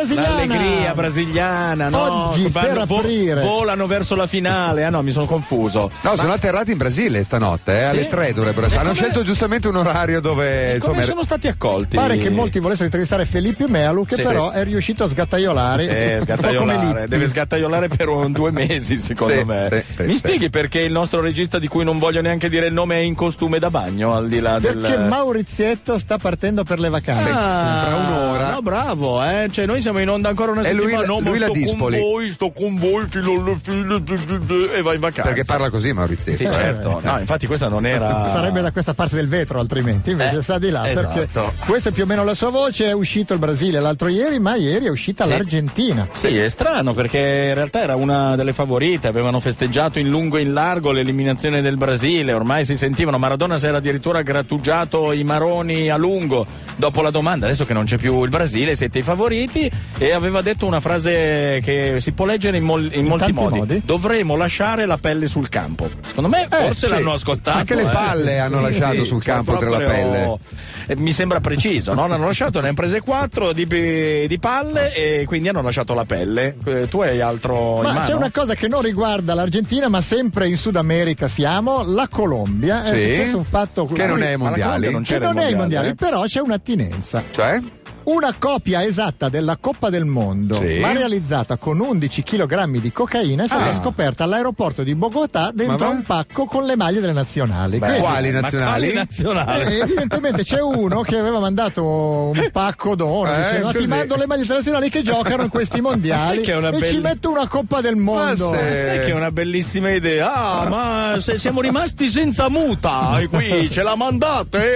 brasiliana. L'allegria brasiliana, no? Oggi per aprire. Volano verso la finale. Ah no, mi sono confuso. No, sono atterrati in Brasile stanotte, Sì? alle 3 dovrebbero essere. Hanno scelto giustamente un orario dove Come sono stati accolti? Pare che molti volessero intervistare Felipe Melo, che però è riuscito a sgattaiolare. Sgattaiolare. Deve sgattaiolare per 2 mesi, secondo me. Mi spieghi perché il nostro regista, di cui non voglio neanche dire il nome, è in costume da bagno, al di là Perché Maurizietto sta partendo per le vacanze. fra un'ora. No, bravo, cioè noi siamo in onda ancora una settimana. Lui la Dispoli. Sto con voi fino alla fine e vai in vacanza. Perché parla così Maurizio. Sì, certo. No, infatti questa non era. Sarebbe da questa parte del vetro, altrimenti invece sta di là. Esatto. Perché questa è più o meno la sua voce. È uscito il Brasile l'altro ieri, ma ieri è uscita l'Argentina. Sì, è strano perché in realtà era una delle favorite, avevano festeggiato in lungo e in largo l'eliminazione del Brasile, ormai si sentivano, Maradona si era addirittura grattugiato i maroni a lungo dopo la domanda, adesso che non c'è più il Brasile siete i favoriti, e aveva detto una frase che si può leggere in molti modi: dovremo lasciare la pelle sul campo. Secondo me forse l'hanno ascoltato. Anche le palle hanno lasciato sul campo oltre la pelle. Mi sembra preciso, no? L'hanno lasciato, ne hanno prese 4 di palle e quindi hanno lasciato la pelle. Tu hai altro in mano? C'è una cosa che non riguarda l'Argentina, ma sempre in Sud America siamo, la Colombia. È successo un fatto che non è ai mondiali. Che non è ai mondiali, però c'è un'attinenza. Cioè? Una copia esatta della Coppa del Mondo, ma realizzata con 11 kg di cocaina, è stata scoperta all'aeroporto di Bogotà dentro un pacco con le maglie delle nazionali. Quali nazionali? Evidentemente c'è uno che aveva mandato un pacco d'oro, diceva: ti mando le maglie nazionali che giocano in questi mondiali e ci metto una Coppa del Mondo. Sai che è una bellissima idea. Ma se siamo rimasti senza muta e qui ce la mandate?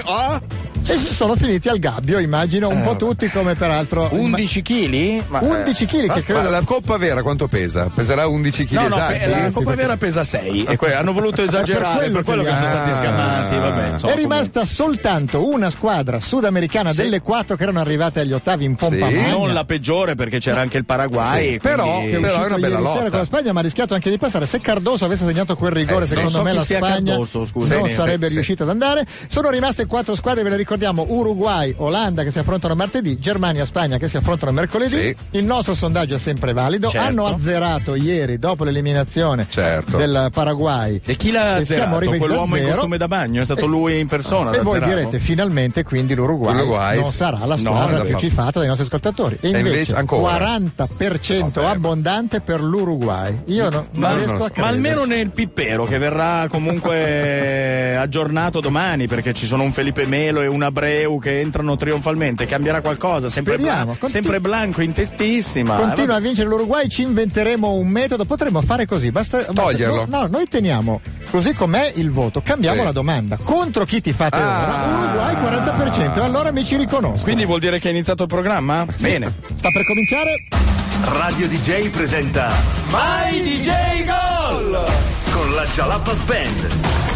E sono finiti al gabbio, immagino, un po' tutti, come peraltro 11 kg? 11 kg che credo. Ma la coppa vera quanto pesa? Peserà 11 kg esatti? La coppa vera pesa 6 e hanno voluto esagerare, per quello che sono stati scamati. Vabbè, è rimasta soltanto una squadra sudamericana delle 4 che erano arrivate agli ottavi in pompa magna. Non la peggiore, perché c'era anche il Paraguay. Però è una bella lotta con la Spagna, ma ha rischiato anche di passare. Se Cardoso avesse segnato quel rigore, secondo me la Spagna non sarebbe riuscita ad andare. Sono rimaste 4 squadre, ve le ricordiamo: Uruguay, Olanda che si affrontano martedì, Germania, Spagna che si affrontano mercoledì. Il nostro sondaggio è sempre valido. Hanno azzerato ieri, dopo l'eliminazione del Paraguay. E chi l'ha azzerato? Quell'uomo in costume da bagno? È stato lui in persona? E voi direte: finalmente quindi l'Uruguay non sarà la squadra più cifata dai nostri ascoltatori. E invece 40% abbondante per l'Uruguay. Io non riesco a credere. Ma almeno nel pippero, che verrà comunque aggiornato domani, perché ci sono un Felipe Melo e un Abreu che entrano trionfalmente, cambierà qualcosa. Sempre Blanco in testissima. Continua a vincere l'Uruguay, ci inventeremo un metodo, potremmo fare così, basta toglierlo. No, noi teniamo così com'è il voto, cambiamo la domanda: contro chi ti fate ora? Uruguay 40%, allora mi ci riconosco. Quindi vuol dire che è iniziato il programma? Bene, sta per cominciare. Radio DJ presenta My DJ Goal con la Jalapas Band.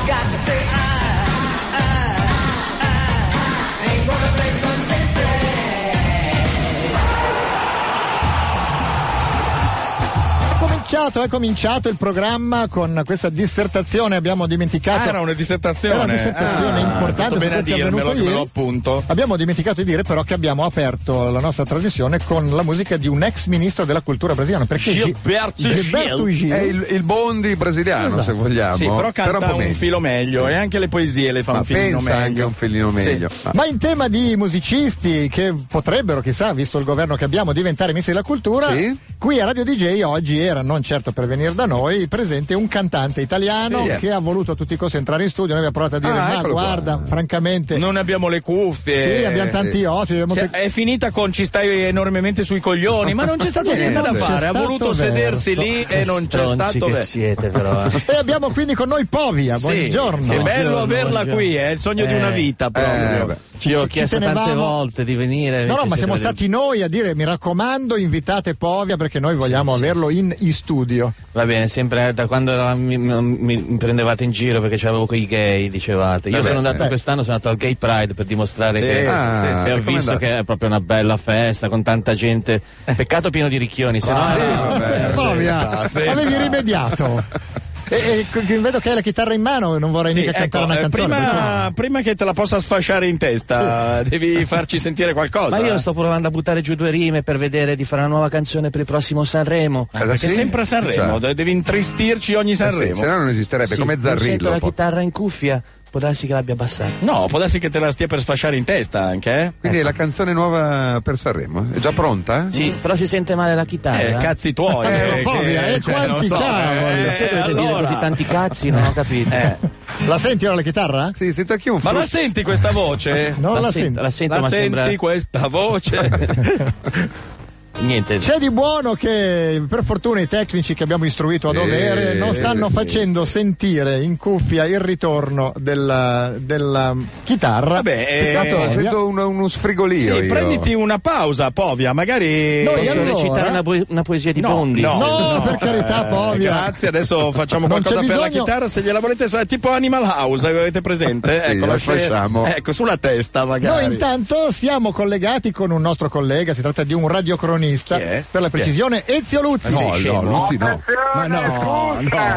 È cominciato il programma con questa dissertazione. Abbiamo dimenticato. Era una dissertazione. Importante. Bene a dirmelo, che me lo appunto. Abbiamo dimenticato di dire però che abbiamo aperto la nostra trasmissione con la musica di un ex ministro della cultura brasiliana. Perché Gilberto Gil è il Bondi brasiliano, se vogliamo. Sì, però canta un filo meglio e anche le poesie le fa un filino meglio. Anche un filino meglio. Ma in tema di musicisti che potrebbero, chissà, visto il governo che abbiamo, diventare ministri della cultura, qui a Radio DJ oggi era, non certo per venire da noi, presente un cantante italiano che ha voluto a tutti i costi entrare in studio. Noi abbiamo provato a dire: ma guarda, francamente non abbiamo le cuffie. Sì, abbiamo tanti ospiti. È finita con ci stai enormemente sui coglioni, ma non c'è stato niente da fare. Ha voluto sedersi lì e non c'è stato che siete però. E abbiamo quindi con noi Povia. Buongiorno. Che bello averla qui, è il sogno di una vita proprio. Io ho chiesto tante volte di venire. No, ma siamo stati noi a dire: mi raccomando, invitate Povia, perché noi vogliamo averlo in studio. Va bene, sempre da quando mi prendevate in giro perché c'avevo quei gay, dicevate. Io sono andato quest'anno, sono andato al Gay Pride per dimostrare che ho visto che è proprio una bella festa con tanta gente. Peccato pieno di ricchioni, se no. Povia, avevi rimediato. E vedo che hai la chitarra in mano e non vorrei mica cantare una canzone. Prima che te la possa sfasciare in testa, devi farci sentire qualcosa. Ma io sto provando a buttare giù 2 rime per vedere di fare una nuova canzone per il prossimo Sanremo. Perché sempre a Sanremo, devi intristirci ogni Sanremo. Se no non esisterebbe, come Zarrillo. Sento la chitarra in cuffia, può darsi che l'abbia abbassata. No, può darsi che te la stia per sfasciare in testa anche. Quindi è la canzone nuova per Sanremo? È già pronta? Sì, però si sente male la chitarra. Cazzi tuoi. Quanti cavoli. Dovete dire così tanti cazzi, non ho capito. La senti ora la chitarra? Sì, sento anche un Ma la senti questa voce? Non la sento. La sento, ma senti sembra... questa voce? Niente. C'è di buono che per fortuna i tecnici che abbiamo istruito a dovere non stanno facendo sentire in cuffia il ritorno della chitarra. Vabbè, sento uno sfrigolio. Sì, prenditi una pausa, Povia, magari posso recitare una poesia di Bondi. No, per carità, Povia. Grazie, adesso facciamo qualcosa per la chitarra, se gliela volete, tipo Animal House, avete presente? Sì, ecco, la facciamo. Ecco, sulla testa magari. Noi intanto siamo collegati con un nostro collega, si tratta di un radiocronista, per la precisione, Ezio Luzzi. Luzzi no. Ma no.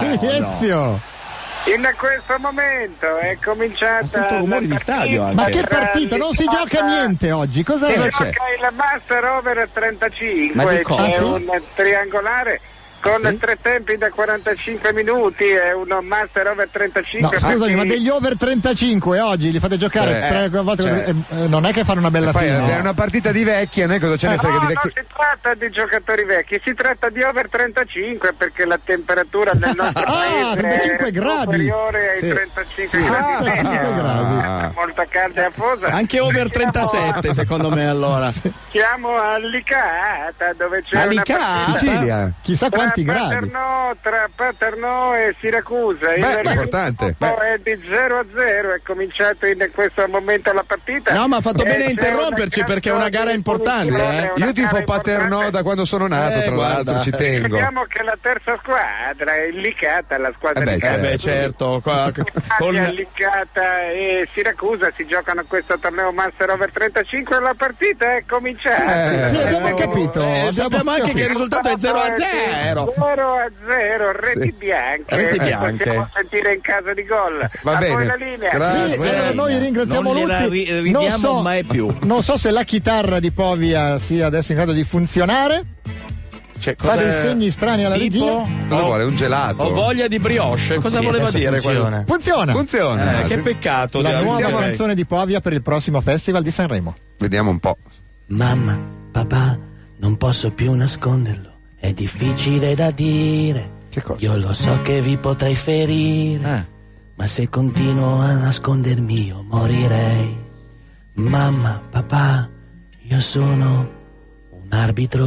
Ezio. In questo momento è cominciata rumori di stadio. Ma che partita? Non si gioca niente oggi. Cosa c'è? Gioca il Master Over 35, che è un triangolare con 3 tempi da 45 minuti, è uno Master Over 35. No, scusami, ma degli over 35 oggi li fate giocare 3 volte, non è che fanno una bella fine. È una partita di vecchi, a noi cosa ce ne frega di vecchi? Non si tratta di giocatori vecchi, si tratta di over 35, perché la temperatura nel nostro paese 35 è gradi. superiore ai 35 gradi media. Molto calda e afosa. Anche over 37 secondo me, allora. Siamo a Licata, dove c'è una Sicilia. Chissà quanti gradi. Tra Paternò e Siracusa. Beh, importante. È di 0-0, è cominciato in questo momento la partita. No, ma ha fatto bene a interromperci, perché è una gara importante. Io tifo Paternò da quando sono nato, tra l'altro, ci tengo. Ricordiamo che la terza squadra è Licata, la squadra di Licata. Certo. Licata e Siracusa si giocano questo torneo Master Over 35 e la partita è cominciata. Sì, abbiamo capito. Sappiamo anche che il risultato è 0-0. 0-0, reti bianche. Possiamo sentire in caso di gol. Va bene. Voi la linea. Allora noi ringraziamo Luzzi. Non so se la chitarra di Povia sia adesso in grado di funzionare. Fa dei segni strani alla regia. Cosa vuole? Un gelato? Ho voglia di brioche. Cosa voleva dire quello? Funziona. Che peccato. La nuova canzone di Povia per il prossimo Festival di Sanremo. Vediamo un po'. Mamma, papà, non posso più nasconderlo. È difficile da dire. Che cosa? Io lo so che vi potrei ferire. Ma se continuo a nascondermi io morirei. Mamma, papà, io sono un arbitro.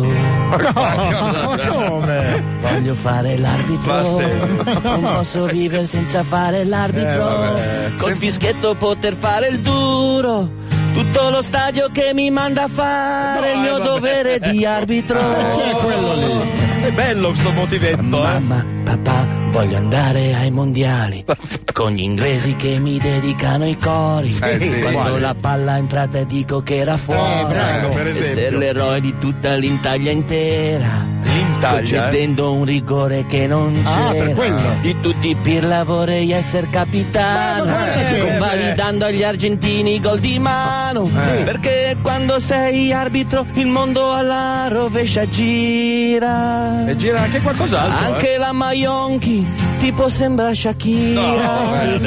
Ma come? Voglio fare l'arbitro. Non posso vivere senza fare l'arbitro. Col fischietto poter fare il duro. Tutto lo stadio che mi manda a fare il mio dovere di arbitro. Che è quello lì? È bello sto motivetto. Mamma, papà, voglio andare ai mondiali con gli inglesi che mi dedicano i cori. Quando la palla è entrata dico che era fuori. Essere l'eroe di tutta l'Italia intera. Concedendo un rigore che non c'era. Di tutti Pirla vorrei essere capitano, convalidando agli argentini gol di mano. Perché quando sei arbitro il mondo alla rovescia gira. E gira anche qualcos'altro. Anche la Maionchi tipo sembra Shakira.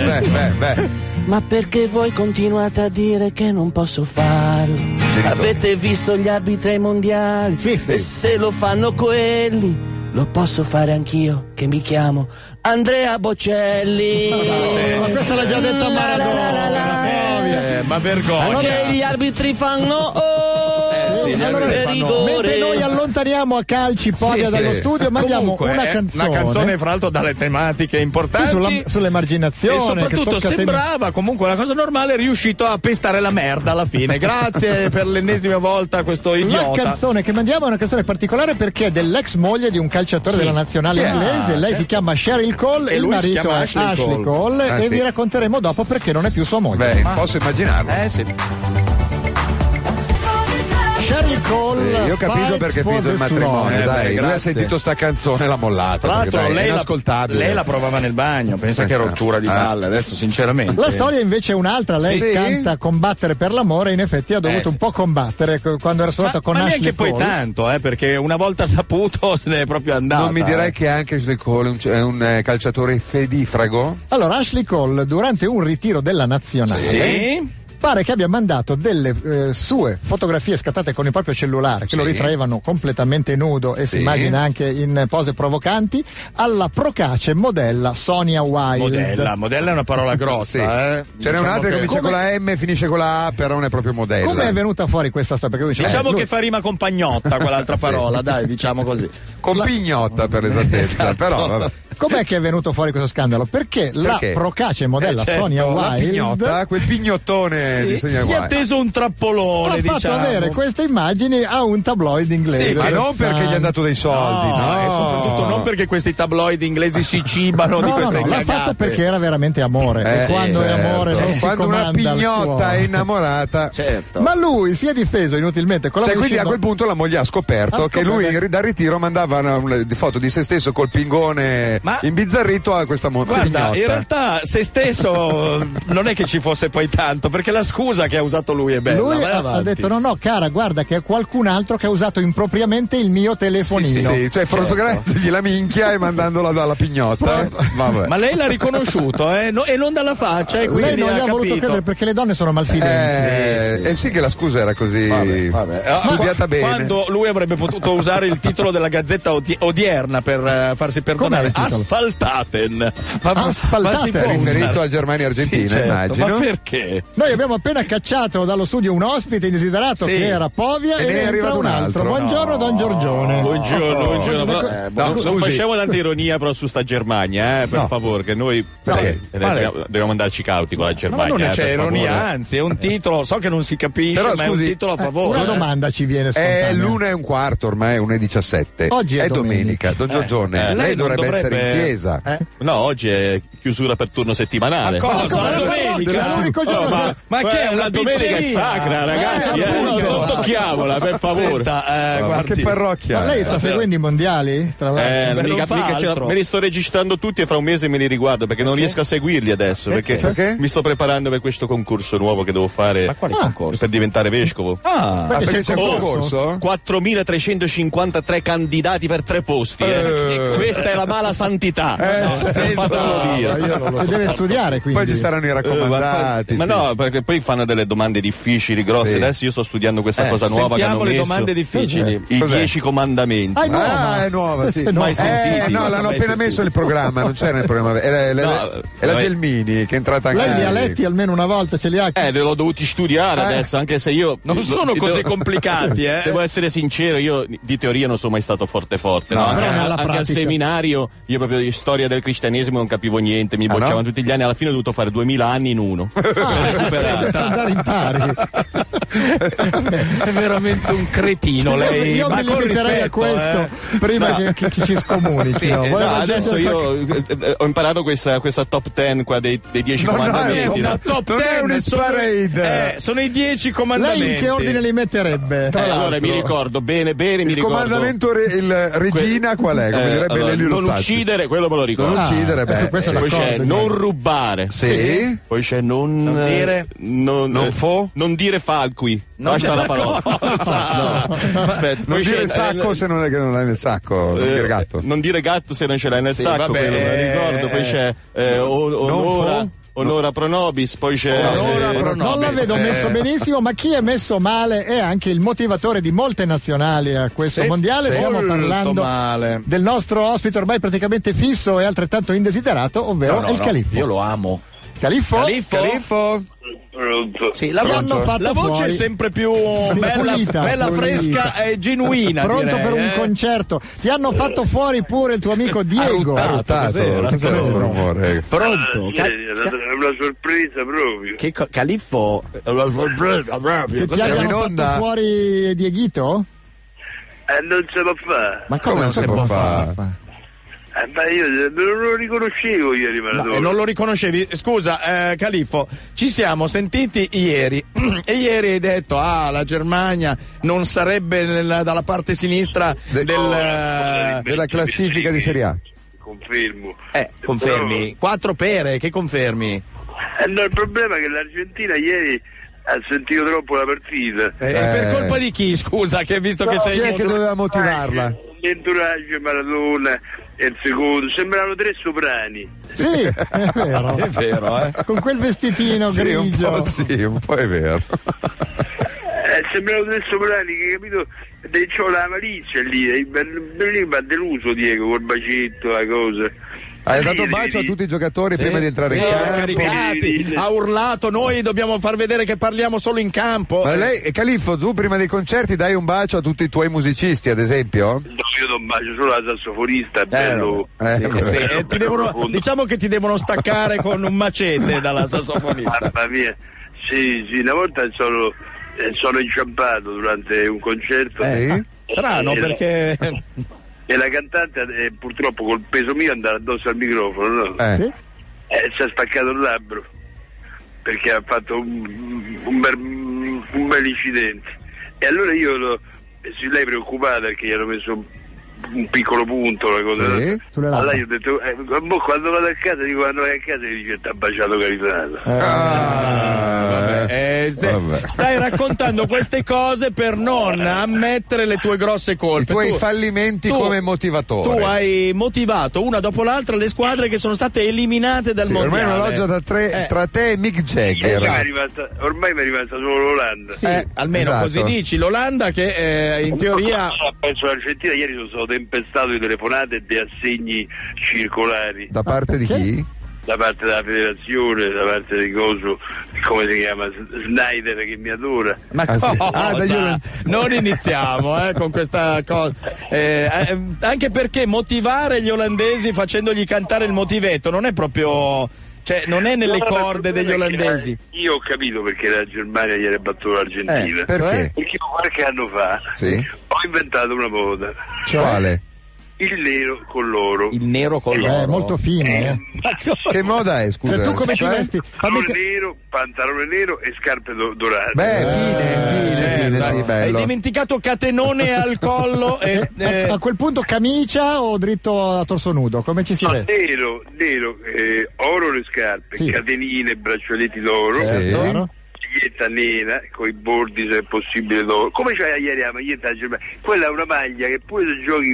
Ma perché voi continuate a dire che non posso farlo? Avete visto gli arbitri ai mondiali? E se lo fanno quelli, lo posso fare anch'io, che mi chiamo Andrea Bocelli. Ma questo l'ha già detto Maradona. Ma vergogna. Che gli arbitri fanno mentre noi allontaniamo a calci Povia dallo studio, mandiamo una canzone fra l'altro dalle tematiche importanti sull'emarginazione, e soprattutto sembrava comunque una cosa normale, è riuscito a pestare la merda alla fine. Grazie per l'ennesima volta a questo idiota. La canzone che mandiamo è una canzone particolare perché è dell'ex moglie di un calciatore della nazionale inglese. Lei si chiama Cheryl Cole e il marito è Ashley Cole, e vi racconteremo dopo perché non è più sua moglie. Posso immaginarlo. Cheryl Cole. Io ho capito perché è finito il matrimonio, dai. Lui ha sentito sta canzone e l'ha mollata. Tra l'altro lei è inascoltabile. Lei la provava nel bagno, pensa che rottura di palle, adesso sinceramente. La storia invece è un'altra, lei canta Combattere per l'amore, in effetti ha dovuto un po' combattere quando era suonato con Ashley Cole. Ma neanche poi tanto, perché una volta saputo se ne è proprio andata. Non mi direi che anche Ashley Cole è un calciatore fedifrago? Allora, Ashley Cole durante un ritiro della nazionale pare che abbia mandato delle sue fotografie scattate con il proprio cellulare, che lo ritraevano completamente nudo e si immagina anche in pose provocanti, alla procace modella Sonia Wilde. Modella è una parola grossa. Ce n'è un'altra che comincia con la M e finisce con la A, però non è proprio modella. Come è venuta fuori questa storia? Perché diciamo che fa rima con pagnotta quell'altra parola, dai, diciamo così. Con pignotta per esattezza, però vabbè. Com'è che è venuto fuori questo scandalo? Perché la procace modella Sonia Wilde, la pignotta, quel pignottone di Sonia Wilde, gli ha teso un trappolone, ha fatto avere queste immagini a un tabloid inglese. Ma non perché gli hanno dato dei soldi, e soprattutto non perché questi tabloid inglesi si cibano di queste cagate. L'ha fatto perché era veramente amore. E quando è amore non si quando una pignotta è innamorata. Ma lui si è difeso inutilmente con la quindi a quel punto la moglie ha scoperto che lui dal ritiro mandava foto di se stesso col pingone imbizzarrito a questa Guarda, pignotta. in realtà se stesso non è che ci fosse poi tanto, perché la scusa che ha usato lui è bella. Lui ha detto no cara, guarda che è qualcun altro che ha usato impropriamente il mio telefonino. Cioè fotografandogli la minchia e mandandola alla pignotta. Vabbè. Ma lei l'ha riconosciuto e non dalla faccia, e quindi lei non gli ha voluto credere perché le donne sono malfidenti. Sì che la scusa era così studiata bene. Quando lui avrebbe potuto usare il titolo della Gazzetta Odierna per farsi perdonare. Asfaltaten. Ma si può riferito a Germania e Argentina, immagino. Ma perché? Noi abbiamo appena cacciato dallo studio un ospite indesiderato che era Povia e ne è arrivato un altro. Buongiorno Don Giorgione. Buongiorno. Non facciamo tanta ironia però su sta Germania, per favore, che noi dobbiamo andarci cauti con la Germania. Ma non c'è ironia, anzi è un titolo, so che non si capisce, però, ma è un titolo a favore. Una domanda ci viene spontanea. È l'1:15 ormai, 1:17. Oggi è domenica. Don Giorgione, lei dovrebbe essere in chiesa. No, oggi è chiusura per turno settimanale. Ma cosa? La domenica? Ma che è una domenica è sacra, ragazzi, non tocchiamola, per favore. Ma che parrocchia. Ma lei sta seguendo i mondiali? Tra l'altro. Me li sto registrando tutti e fra un mese me li riguardo, perché non riesco a seguirli adesso, perché mi sto preparando per questo concorso nuovo che devo fare. Ma quale concorso? Per diventare vescovo. Perché c'è un concorso? 4.353 candidati per 3 posti. Questa è la mala santità. Fatelo dire. Deve studiare, quindi. Poi ci saranno i raccomandati. Ma no, perché poi fanno delle domande difficili, grosse. Adesso io sto studiando questa cosa nuova che hanno le messo. Domande difficili. I 10 comandamenti. È nuova, sì. Mai sentiti? No, l'hanno appena messo nel programma, non c'era nel programma. È la Gelmini che è entrata anche. Lei li ha letti almeno una volta, ce li ha? Li ho dovuti studiare adesso, anche se io non sono così complicati, Devo essere sincero, io di teoria non sono mai stato forte. No, anche al seminario io proprio di storia del cristianesimo non capivo niente, mi bocciavano tutti gli anni, alla fine ho dovuto fare 2000 anni in uno. Andare in pari. È veramente un cretino lei. Io mi limiterei a questo prima che ci scomunichi. Adesso io ho imparato questa top 10 qua dei 10 comandamenti. Una top 10 è un parade. Sono i 10 comandamenti. Lei in che ordine li metterebbe? Allora mi ricordo bene, mi ricordo. Il comandamento regina qual è? Come direbbe allora, non uccidere, quello me lo ricordo. Non uccidere, poi c'è non rubare. Sì. Poi c'è non dire non dire falqui. Basta la parola. Aspetta, non dire sacco se non è che non l'hai nel sacco. Non dire gatto. Non dire gatto se non ce l'hai nel sacco, quello me lo ricordo. Poi c'è onora pro nobis, poi c'è non la vedo messo benissimo, ma chi è messo male è anche il motivatore di molte nazionali a questo mondiale. Stiamo parlando del nostro ospite ormai praticamente fisso e altrettanto indesiderato, ovvero il Califfo. Io lo amo. Califfo? Sì, la voce fuori. è sempre più bella, fresca e genuina. Pronto per un concerto. Ti hanno fatto fuori pure il tuo amico Diego. Cos'era questo rumore? Pronto? È una sorpresa proprio. Che Califfo? Che ti hanno fatto fuori Dieghito? Non se può fare. Ma come non si può fare? Ma io non lo riconoscevo ieri Maradona. No, non lo riconoscevi? Scusa, Califfo, ci siamo sentiti ieri e ieri hai detto la Germania non sarebbe dalla parte sinistra della classifica di Serie A. Confermo. Confermi? 4 pere, che confermi? No, il problema è che l'Argentina ieri ha sentito troppo la partita. Per colpa di chi, scusa, che visto che sei... Chi è che doveva motivarla? L'entourage, Maradona e il secondo, sembravano 3 soprani. Sì, è vero. È vero, Con quel vestitino grigio. Un po' è vero. Sembravano 3 soprani, che capito? C'ho la malizia lì mi ha deluso Diego col bacetto, la cosa. Hai dato un bacio a tutti i giocatori prima di entrare in campo. Caricati, ha urlato, noi dobbiamo far vedere che parliamo solo in campo. Ma lei, Califfo, tu prima dei concerti dai un bacio a tutti i tuoi musicisti, ad esempio? No, io do un bacio solo alla sassofonista, è bello. Diciamo che ti devono staccare con un macete dalla sassofonista. Mamma mia, sì, una volta sono inciampato durante un concerto. Strano perché... E la cantante purtroppo col peso mio andava addosso al microfono, no? Sì? Si è spaccato il labbro perché ha fatto un bel incidente. E allora lei preoccupata perché gli hanno messo un piccolo punto, una cosa. Allora io ho detto, quando vado a casa, quando vai a casa mi dice t'ha baciato Caritano. Vabbè. Stai raccontando queste cose per non ammettere le tue grosse colpe. I tuoi fallimenti come motivatore. Tu hai motivato una dopo l'altra le squadre che sono state eliminate dal mondiale. Ormai è una loggia tra te e Mick Jagger. Ormai mi è rimasta solo l'Olanda. Sì, almeno così dici. L'Olanda che in teoria... Penso l'Argentina ieri sono stato tempestato di telefonate e di assegni circolari. Da parte di chi? Da parte della federazione, da parte di coso, come si chiama, Snyder, che mi adora. Ma cosa? Non iniziamo con questa cosa. Anche perché motivare gli olandesi facendogli cantare il motivetto non è proprio... Cioè, non è nelle corde degli olandesi. Io ho capito perché la Germania ieri ha battuto l'Argentina. Perché? Perché qualche anno fa ho inventato una moda. Quale? Il nero con l'oro. Il nero con l'oro. Molto fine. Che moda è, scusa? Tu come ci vesti? Pantalone nero e scarpe dorate. Fine, sì, bello. Hai dimenticato catenone al collo. A quel punto camicia o dritto a torso nudo? Come ci si vede? Nero, oro le scarpe, catenine, braccialetti d'oro. Maglietta nera con i bordi se è possibile d'oro. Come c'hai ieri la maglietta della Germania? Quella è una maglia che pure se giochi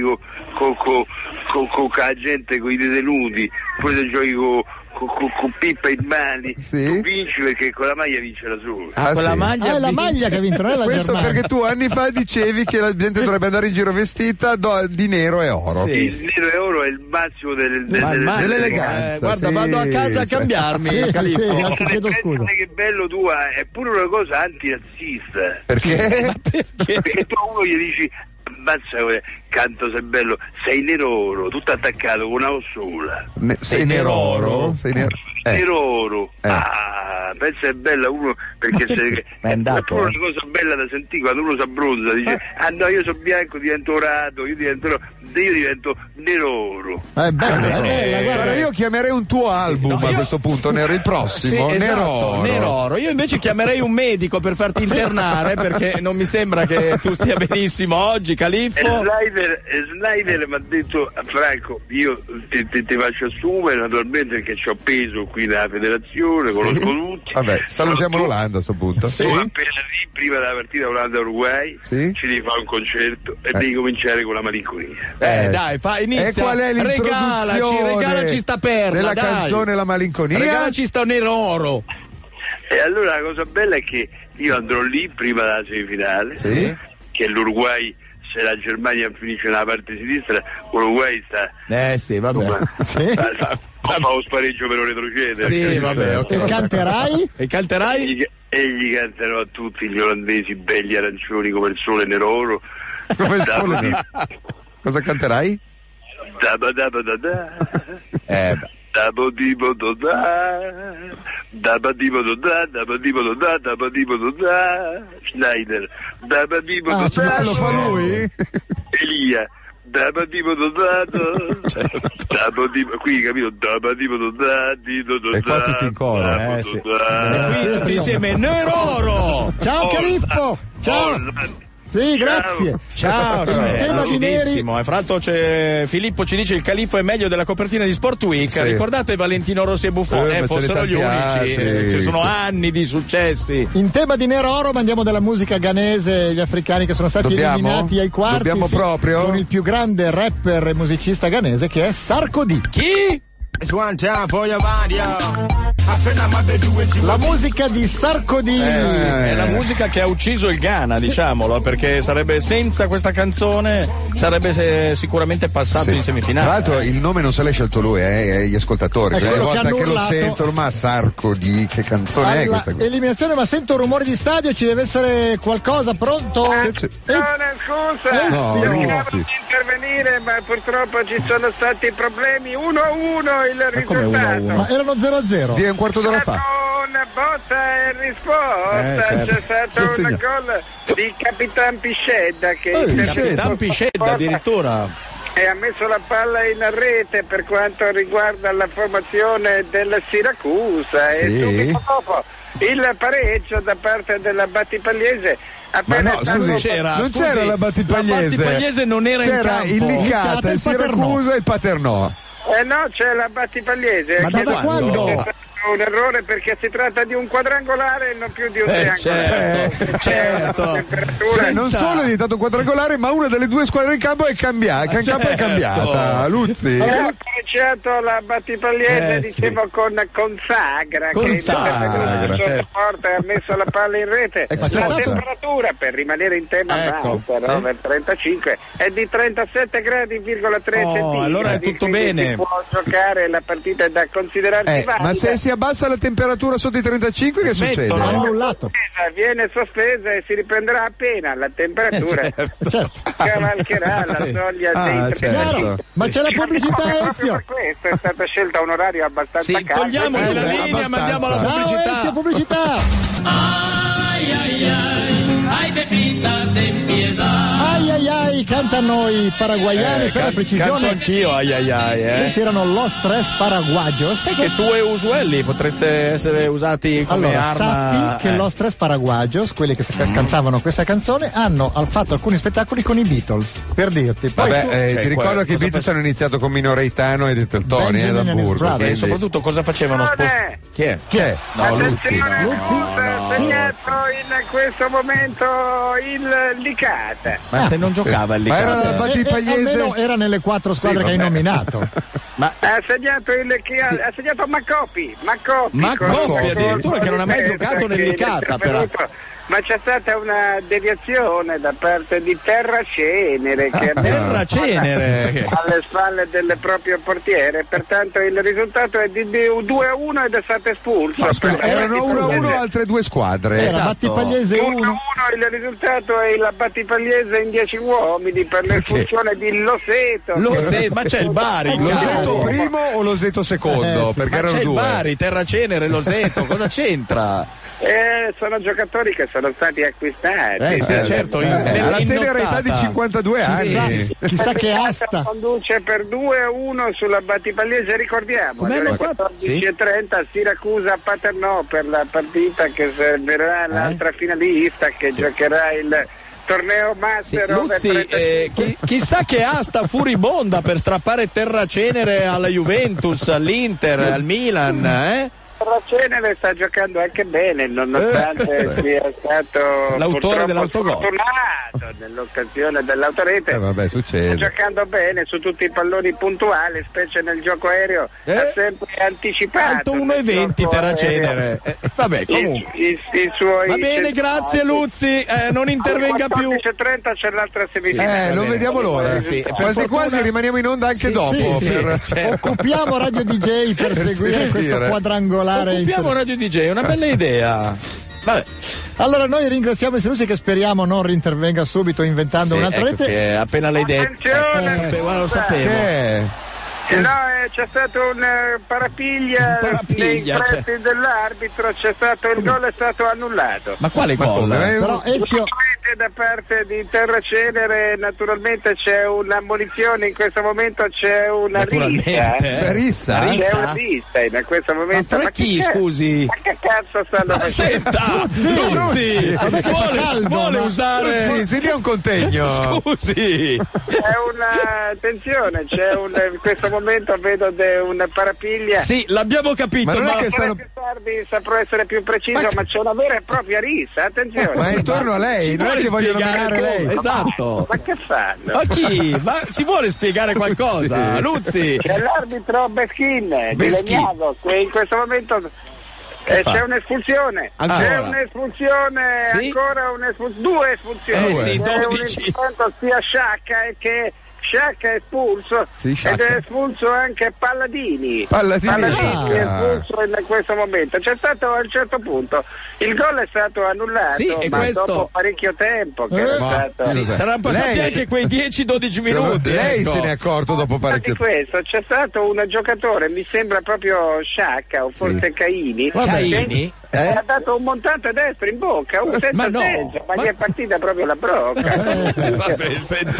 con la gente, con i detenuti, pure se giochi con Pippa in mani, tu vinci perché con la maglia vince da solo. La maglia è la maglia che ha vinto, non è la Questo Germania. Perché tu anni fa dicevi che la gente dovrebbe andare in giro vestita di nero e oro. Il nero e oro è il massimo dell'eleganza. Guarda, vado a casa a cambiarmi. Che bello tu hai, è pure una cosa antirazzista. Perché? Perché tu a uno gli dici ammazza, canto sei bello, sei nero oro, tutto attaccato con una O sola. Sei nero oro? Nero oro. Pensa è bella uno perché è andato, una cosa bella da sentire quando uno si abbronza, dice no, io sono bianco, divento dorato, io divento nero oro. Guarda, io chiamerei un tuo album a questo punto, il prossimo, nero oro. Io invece chiamerei un medico per farti internare perché non mi sembra che tu stia benissimo oggi, Califfo. Snyder mi ha detto Franco, io ti faccio assumere naturalmente perché ci ho peso qui nella federazione, conosco tutti. Vabbè, salutiamo l'Olanda a sto punto. Prima della partita Olanda-Uruguay ci devi fare un concerto e devi cominciare con la malinconia. Dai, inizia. E qual è regalaci sta perla della dai. Canzone La Malinconia? Regalaci sta nero oro. E allora la cosa bella è che io andrò lì prima della semifinale, che l'Uruguay, se la Germania finisce nella parte sinistra, l'Uruguay sta fa lo spareggio per non retrocedere. E canterai? E gli canterò a tutti gli olandesi belli arancioni come il sole nero oro. Come il sole. Cosa canterai? Schneider. Lo fa lui? Elia. qui capito? E qua tutti in coro. Sì. E qui tutti insieme Neroro. Ciao Califfo. Ciao. Sì, grazie. Ciao. Tema di neri. Fra l'altro Filippo ci dice il Califfo è meglio della copertina di Sport Week. Sì. Ricordate Valentino Rossi e Buffon? Fossero gli unici. Ci sono anni di successi. In tema di Neroro mandiamo della musica ghanese, gli africani che sono stati eliminati ai quarti. Dobbiamo proprio? Con il più grande rapper e musicista ghanese che è Sarkodie. Chi? La musica di Sarkodie è la musica che ha ucciso il Ghana, diciamolo, perché sarebbe senza questa canzone sarebbe sicuramente passato in semifinale. Tra l'altro il nome non se l'ha scelto lui, gli ascoltatori. Ogni volta che lo sentono, ma Sarkodie, che canzone è questa? Eliminazione, ma sento rumori di stadio, ci deve essere qualcosa pronto? Scusa, cercavo di intervenire, ma purtroppo ci sono stati problemi. 1-1 il risultato. Ma erano 0-0. Di un quarto d'ora fa. Una botta e risposta. C'è stato un gol di Capitan Piscedda Capitan Piscedda addirittura. E ha messo la palla in rete per quanto riguarda la formazione del Siracusa. E subito dopo il pareggio da parte della Battipagliese. Ma no, scusi, non c'era la Battipagliese. La Battipagliese non era in campo. C'era il Licata, il Siracusa e il Paternò. No, c'è la Battipagliese. Ma da quando? Un errore perché si tratta di un quadrangolare e non più di un triangolare. Certo. Cioè, non solo è diventato quadrangolare, ma una delle due squadre in campo è cambiata. Luzzi. Ha approcciato la Battipagliese, dicevo, con Sagra, che forte ha messo la palla in rete. La temperatura, per rimanere in tema, 35, è di 37 gradi,3 centimetri. Allora è tutto bene. Si può giocare, la partita è da considerarsi valida. Ma se si abbassa la temperatura sotto i 35, che succede? Annullato. Viene sospesa e si riprenderà appena la temperatura cavalcherà la soglia dei 35. Ma c'è la pubblicità, Ezio. Per questo è stata scelta un orario abbastanza caldo. Togliamo la linea e mandiamo alla pubblicità. Ezio, pubblicità. Ay, ay, ay, ay, Pepita, ten piedad. Ai ai ai, cantano i paraguayani, per la precisione. Canto anch'io, ai ai ai. Questi erano Los Tres Paraguayos. Sai che tu e Usuelli potreste essere usati come arma. Sappi che Los Tres Paraguayos, quelli che cantavano questa canzone, hanno fatto alcuni spettacoli con i Beatles, per dirti. Poi ti ricordo che i Beatles hanno iniziato con Mino Reitano e Littletonie ad Amburgo. E soprattutto cosa facevano? Chi è? No, Luzzi. Segnato in questo momento il Licata. Ma se non giocava il Licata. Ma era la Battipagliese. Era nelle 4 squadre che hai nominato. Ma ha segnato Maccopi addirittura, che non ha mai giocato nel Licata, però. Ma c'è stata una deviazione da parte di Terracenere che Terracenere alle spalle del proprio portiere, pertanto il risultato è di 2-1 ed è stato espulso. No, scusa, erano 1-1 altre due squadre. Era Battipagliese 1. 1-1 il risultato è la Battipagliese in 10 uomini per l'espulsione di Loseto. Ma c'è il Bari. Loseto primo o Loseto secondo? Perché erano c'è due. Il Bari, Terracenere, Loseto, cosa c'entra? Sono giocatori che sono stati acquistati. Certo, alla tenera età di 52 anni. Chissà che asta. Conduce per 2-1 sulla Battipagliese, ricordiamo. Alle 14:30 Siracusa Paternò per la partita che verrà l'altra finalista che giocherà il torneo Master. Luzzi, chissà che asta furibonda per strappare Terracenere alla Juventus, all'Inter, al Milan, Terracenere sta giocando anche bene, nonostante sia stato l'autore dell'autogol nell'occasione dell'autorete. Succede. Sta giocando bene su tutti i palloni puntuali, specie nel gioco aereo, ha sempre anticipato. Alto 1,20 Terracenere. Vabbè, comunque. I suoi va bene, grazie Luzzi, non intervenga più. Alle 14:30 c'è l'altra semifinale. Non vediamo l'ora. Quasi rimaniamo in onda anche dopo. Occupiamo Radio DJ per seguire questo quadrangolare. Occupiamo Radio DJ, una bella idea. Vabbè. Allora noi ringraziamo Luzzi, che speriamo non rintervenga subito inventando un'altra rete. Che appena l'hai detto. Lo sapevo. C'è stato un parapiglia nei pressi dell'arbitro, c'è stato il gol, è stato annullato. Ma quale gol? Però Ezio, da parte di Terracenere naturalmente c'è una munizione, in questo momento c'è una rissa. C'è una rissa in questo momento. Ma chi, scusi? Ma che cazzo stanno facendo? Senta, Luzzi, vuole usare... Sì, si dia un contegno. Scusi. C'è una... attenzione, in questo momento vedo una parapiglia. Sì, l'abbiamo capito, ma non è che più tardi saprò essere più preciso, ma c'è una vera e propria rissa, attenzione. Ma è intorno a lei, non è che voglio nominare lei. Esatto. Ma che fanno? Ma chi? Ma si vuole spiegare qualcosa? Luzzi. C'è l'arbitro Beschin di Legnago che in questo momento c'è un'espulsione. C'è un'espulsione, ancora due espulsioni. Sì, 12. Un sia Sciacca e che Sciacca è espulso ed è espulso anche Palladini. Palladini è espulso in questo momento. C'è stato a un certo punto il gol è stato annullato, ma dopo parecchio tempo che era stato. Saranno passati anche quei 10-12 minuti. Lei se ne è accorto dopo parecchio tempo. Questo c'è stato un giocatore, mi sembra proprio Sciacca o forse Caini. Ha dato un montante destro in bocca, senza senso, ma gli è partita proprio la brocca. Vabbè,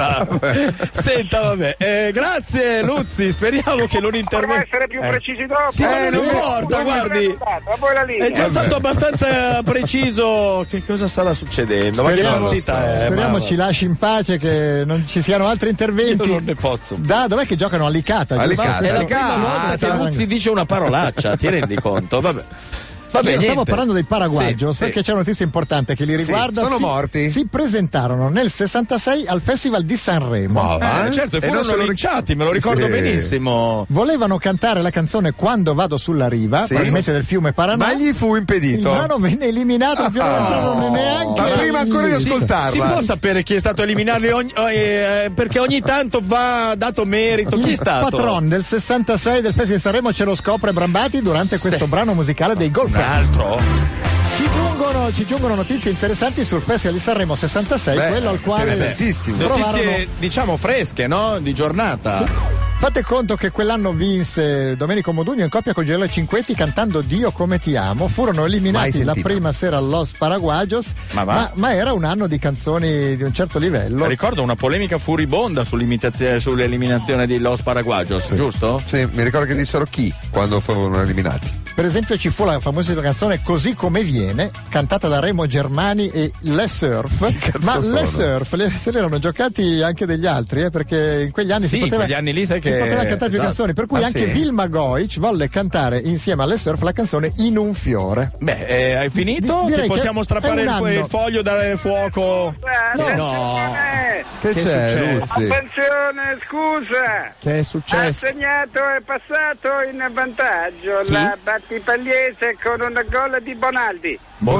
senta, vabbè. Grazie Luzzi, speriamo che non intervenga. Possiamo essere più precisi dopo. Sì, non importa, guardi. È già stato abbastanza preciso. Che cosa starà succedendo? Speriamo ci lasci in pace, che non ci siano altri interventi. Io non ne posso. Dov'è che giocano? A Licata. È la prima volta che Luzzi dice una parolaccia, ti rendi conto? Vabbè. Stavo parlando dei Paraguayos perché c'è una notizia importante che li riguarda. Sono morti. Si presentarono nel 66 al Festival di Sanremo. Certo, e furono linciati, me lo ricordo benissimo. Volevano cantare la canzone Quando vado sulla riva, probabilmente del fiume Paranà. Ma gli fu impedito. Il brano venne eliminato, non entrarono neanche. Ma prima ancora di ascoltarla. Si può sapere chi è stato a eliminarli perché ogni tanto va dato merito. Chi è stato? Il patron del 66 del Festival di Sanremo ce lo scopre Brambati durante questo brano musicale dei Golf. Altro? Ci giungono notizie interessanti sul Festival di Sanremo 66, quello al quale notizie diciamo fresche, no? Di giornata. Fate conto che quell'anno vinse Domenico Modugno in coppia con Girolamo Cinquetti cantando Dio come ti amo. Furono eliminati la prima sera Los Paraguayos, ma era un anno di canzoni di un certo livello. Ricordo una polemica furibonda sull'eliminazione di Los Paraguayos, giusto? Sì, mi ricordo che dissero chi quando furono eliminati. Per esempio ci fu la famosissima canzone Così come viene, cantata da Remo Germani e Les Surf. Ma Les Surf se l'erano giocati anche degli altri, perché in quegli anni si poteva cantare più canzoni, per cui anche Vilma Goic volle cantare insieme a Les Surf la canzone In un fiore. Hai finito? Ti possiamo strappare il foglio dal fuoco? No. Che c'è, Luzzi? Attenzione, scusa. Che è successo? Ha segnato e passato in vantaggio la Battipagliese con un gol di Bonaldi.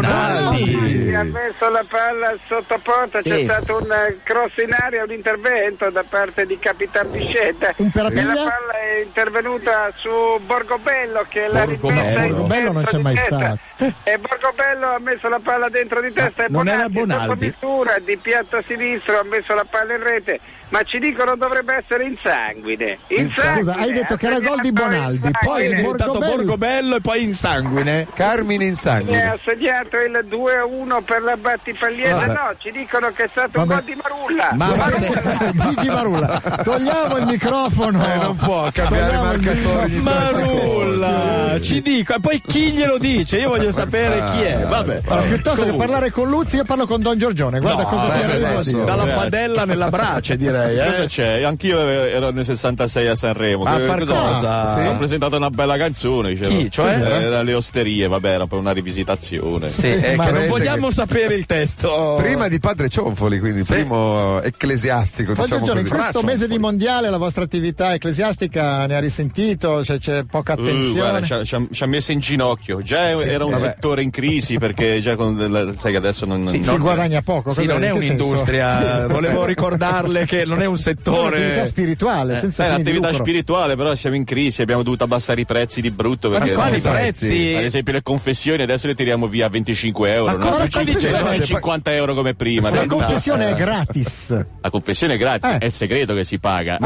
Ha messo la palla sotto porta, c'è stato un cross in aria, un intervento da parte di Capitan Biscetta e la palla è intervenuta su Borgobello che l'ha rimessa in Borgobello non c'è mai stato e Borgobello ha messo la palla dentro di testa e Bonaldi sotto misura di piatto sinistro ha messo la palla in rete, ma ci dicono dovrebbe essere in sanguine. Scusa, hai detto che era gol di Bonaldi, poi è diventato Borgobello e poi in sanguine. Carmine in sanguine. Ha segnato il 2-1 per la Battipagliese. No, ci dicono che è stato un gol di Marulla. Gigi Marulla. Togliamo il microfono. Non può cambiare marcatori. Marulla, ci dico, e poi chi glielo dice? Io voglio sapere chi è. Vabbè. Piuttosto che parlare con Luzzi, io parlo con Don Giorgione. Guarda cosa ti arriva a dire. Dalla padella nella brace, direi. Cosa c'è? Anch'io ero nel 66 a Sanremo. A far cosa? Ho presentato una bella canzone. Chi? Cioè? Era Le Osterie, vabbè, era per una rivisitazione. Che non vogliamo sapere il testo. Prima di Padre Cionfoli, quindi primo ecclesiastico. In questo mese di mondiale la vostra attività ecclesiastica ne ha risentito? C'è poca attenzione? Guarda, ci ha messo in ginocchio. Già era un settore in crisi perché già sai che adesso non si guadagna poco. Non è un'industria. Volevo ricordarle che non è un settore. È un'attività spirituale, senza è un'attività spirituale, però siamo in crisi, abbiamo dovuto abbassare i prezzi di brutto. Perché quali prezzi? Ad esempio le confessioni adesso le tiriamo via a 25 euro. Ma cosa stai dicendo? Non è 50 euro come prima. La confessione è gratis. La confessione è gratis, è il segreto che si paga.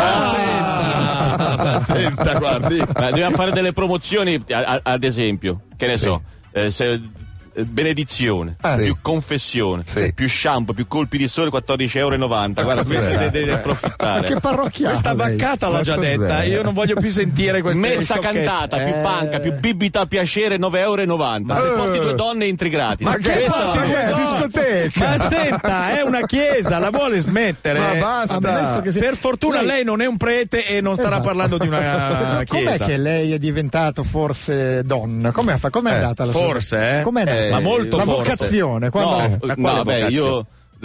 Senta, guardi. Dobbiamo fare delle promozioni, ad esempio, che ne so, se benedizione, più confessione, più shampoo, più colpi di sole, €14,90. Guarda, questa deve approfittare. Ma che parrocchiata! Questa vaccata l'ha già detta, io non voglio più sentire queste messa sciocchezze. cantata, più panca, più bibita piacere, €9,90. Se porti 2 donne entri gratis. Ma che discoteca? Ma senta, è una chiesa, la vuole smettere? Ma basta. Per fortuna lei non è un prete e non starà parlando di una chiesa. Com'è che lei è diventato forse donna? Com'è andata la sua? Forse, Com'è andata? ma molto la forse. vocazione? Io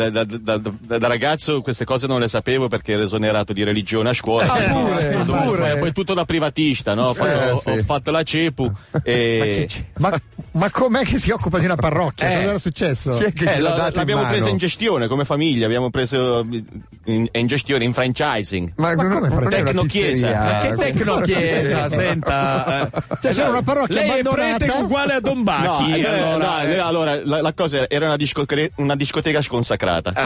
da ragazzo queste cose non le sapevo perché ero esonerato di religione a scuola. Poi tutto da privatista, no? Ho fatto la CEPU e... Ma com'è che si occupa di una parrocchia? Cosa era successo? Chi è che l'abbiamo presa in gestione come famiglia, abbiamo preso in gestione, in franchising. Ma come Tecnochiesa? Ma che tecnochiesa? Senta, c'era una parrocchia lei abbandonata. È prete uguale a Don Bacchi. Allora la cosa era una discoteca sconsacrata.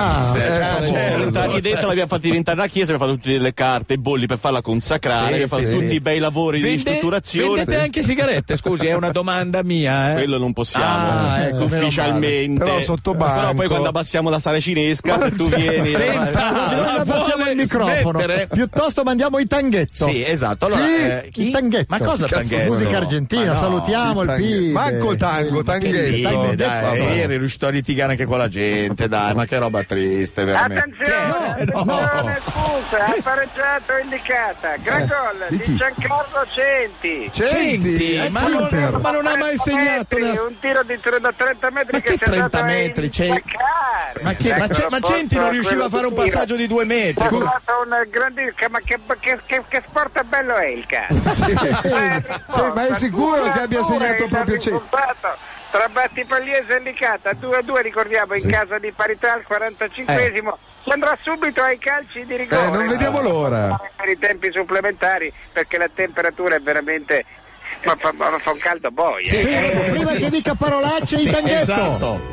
Entrati dentro, l'abbiamo fatto diventare una chiesa, abbiamo fatto tutte le carte, i bolli per farla consacrare, abbiamo fatto tutti i bei lavori di ristrutturazione. Vendete anche sigarette? Scusi, è una domanda mia. Quello non possiamo ufficialmente, però sotto banco. Però poi quando abbassiamo la sala cinesca, se tu vieni, non passiamo il microfono. Piuttosto mandiamo i Tanghetto. Sì, esatto. Allora, il Tanghetto. Ma cosa Tanghetto? Musica argentina, salutiamo il PIB. Manco tango, Tanghetto. Dai, eri riuscito a litigare anche con la gente, dai, ma che roba triste, veramente. Attenzione, scusa, ha pareggiato indicata. Gran gol di Giancarlo Centi. Ma non ha mai segnato. Un tiro da 30 metri. Ma che 30 metri? Ma Centi non riusciva a fare un passaggio di 2 metri. Ha fatto un grandissimo. Ma che sport bello è il calcio? Ma è sicuro che abbia segnato proprio Centi? Tra Battipagliese e Licata 2-2, ricordiamo, in casa di parità al 45esimo. Si andrà subito ai calci di rigore. Non vediamo l'ora. Per i tempi supplementari, perché la temperatura è veramente... Ma fa un caldo boia. Prima che dica parolacce, i Tanghetto. Esatto.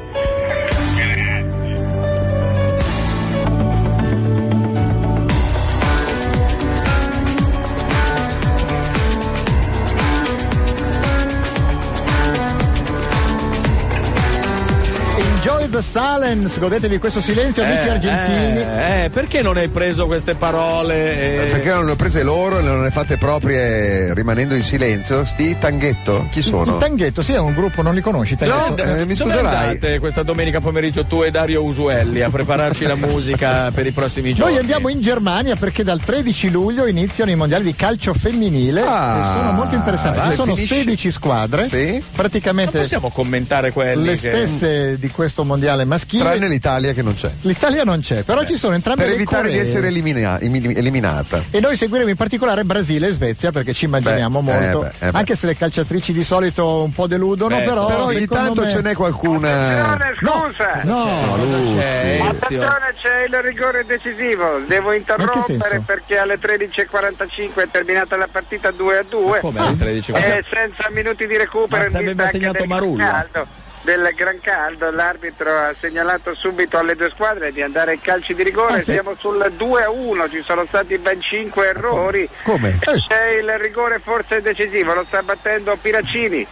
Enjoy the silence, godetevi questo silenzio, amici argentini. Perché non hai preso queste parole? Perché non le ho prese loro e non le fate proprie rimanendo in silenzio? Sti Tanghetto? Chi sono? Il Tanghetto, sì, è un gruppo, non li conosci? Mi scuserai. Andate questa domenica pomeriggio tu e Dario Usuelli a prepararci la musica per i prossimi giorni? Noi andiamo in Germania perché dal 13 luglio iniziano i mondiali di calcio femminile e sono molto interessanti. Ci sono 16 squadre, praticamente. Non possiamo commentare quelle le stesse di questo mondiale maschile. Tranne l'Italia che non c'è. L'Italia non c'è, però ci sono entrambe per le evitare Coree. di essere eliminata. E noi seguiremo in particolare Brasile e Svezia perché ci immaginiamo molto. Anche se le calciatrici di solito un po' deludono, però ogni tanto ce n'è qualcuna. Scusa! Attenzione, c'è il rigore decisivo. Devo interrompere perché alle 13:45 è terminata la partita 2-2. Come alle 13:45? Senza minuti di recupero. Ma se aveva segnato Marulla. Del gran caldo, l'arbitro ha segnalato subito alle due squadre di andare ai calci di rigore. Siamo sul 2-1, ci sono stati ben 5 errori. Come? C'è il rigore forse decisivo, lo sta battendo Piracini,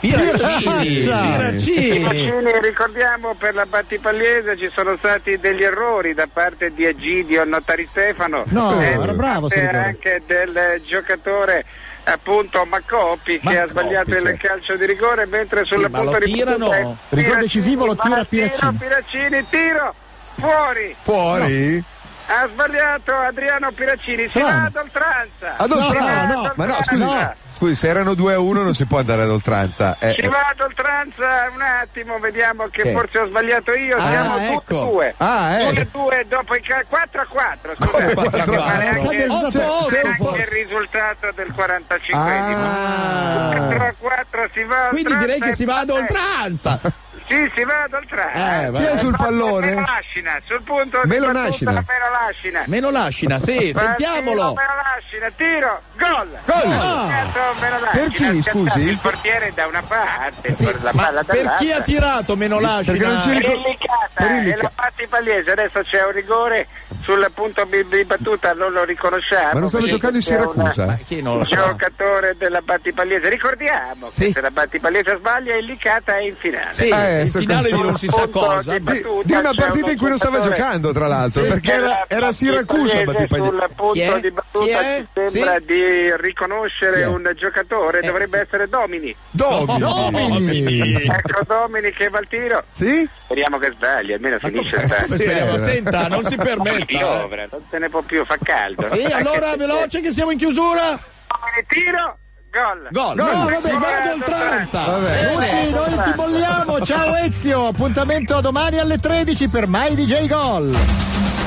ricordiamo, per la Battipagliese ci sono stati degli errori da parte di Egidio Notari Stefano, era bravo, anche del giocatore appunto Macoppi che ha sbagliato il calcio di rigore, mentre sulla punta di rigore decisivo lo tira Piracini, tiro fuori. Ha sbagliato Adriano Piracini, si va ad oltranza. Ma no, scusi, se erano 2-1 non si può andare ad oltranza. Si va ad oltranza, un attimo, vediamo che forse ho sbagliato io. Siamo 2-2. 2-2 dopo il 4-4. Scusate, anche il risultato del 45esimo. 4-4 si va. Quindi direi che si va ad oltranza. Sì, si va ad oltranza. Chi è sul pallone? Sul punto Menonascina. Menonascina, sì, sentiamolo. Menaggine, tiro, gol! Per chi, scusi? Il portiere da una parte, sì, la palla per chi ha tirato Menaggine? Perché non ci e la Patti Pagliese, adesso c'è un rigore sul punto di battuta, non lo riconosciamo. Ma non stanno giocando in Siracusa? Un giocatore della Patti Pagliese, ricordiamo che se la Patti Pagliese sbaglia il Licata è in finale. Sì, in finale di non si sa cosa. Di una partita in cui non stava giocando, tra l'altro, perché era Siracusa Patti Pagliese. Sul punto di battuta ci sembra di riconoscere un giocatore, dovrebbe essere Domini. Ecco Domini che va al tiro. Sì? Speriamo che sbagli, almeno finisce bene. Speriamo, senta, non si permetta. Piovra, non se ne può più, fa caldo. Sì, allora veloce che siamo in chiusura. Tiro. Gol. No, vabbè, vado oltranza. Tutti noi ti vogliamo. Ciao Ezio, appuntamento domani alle 13 per My DJ Gol.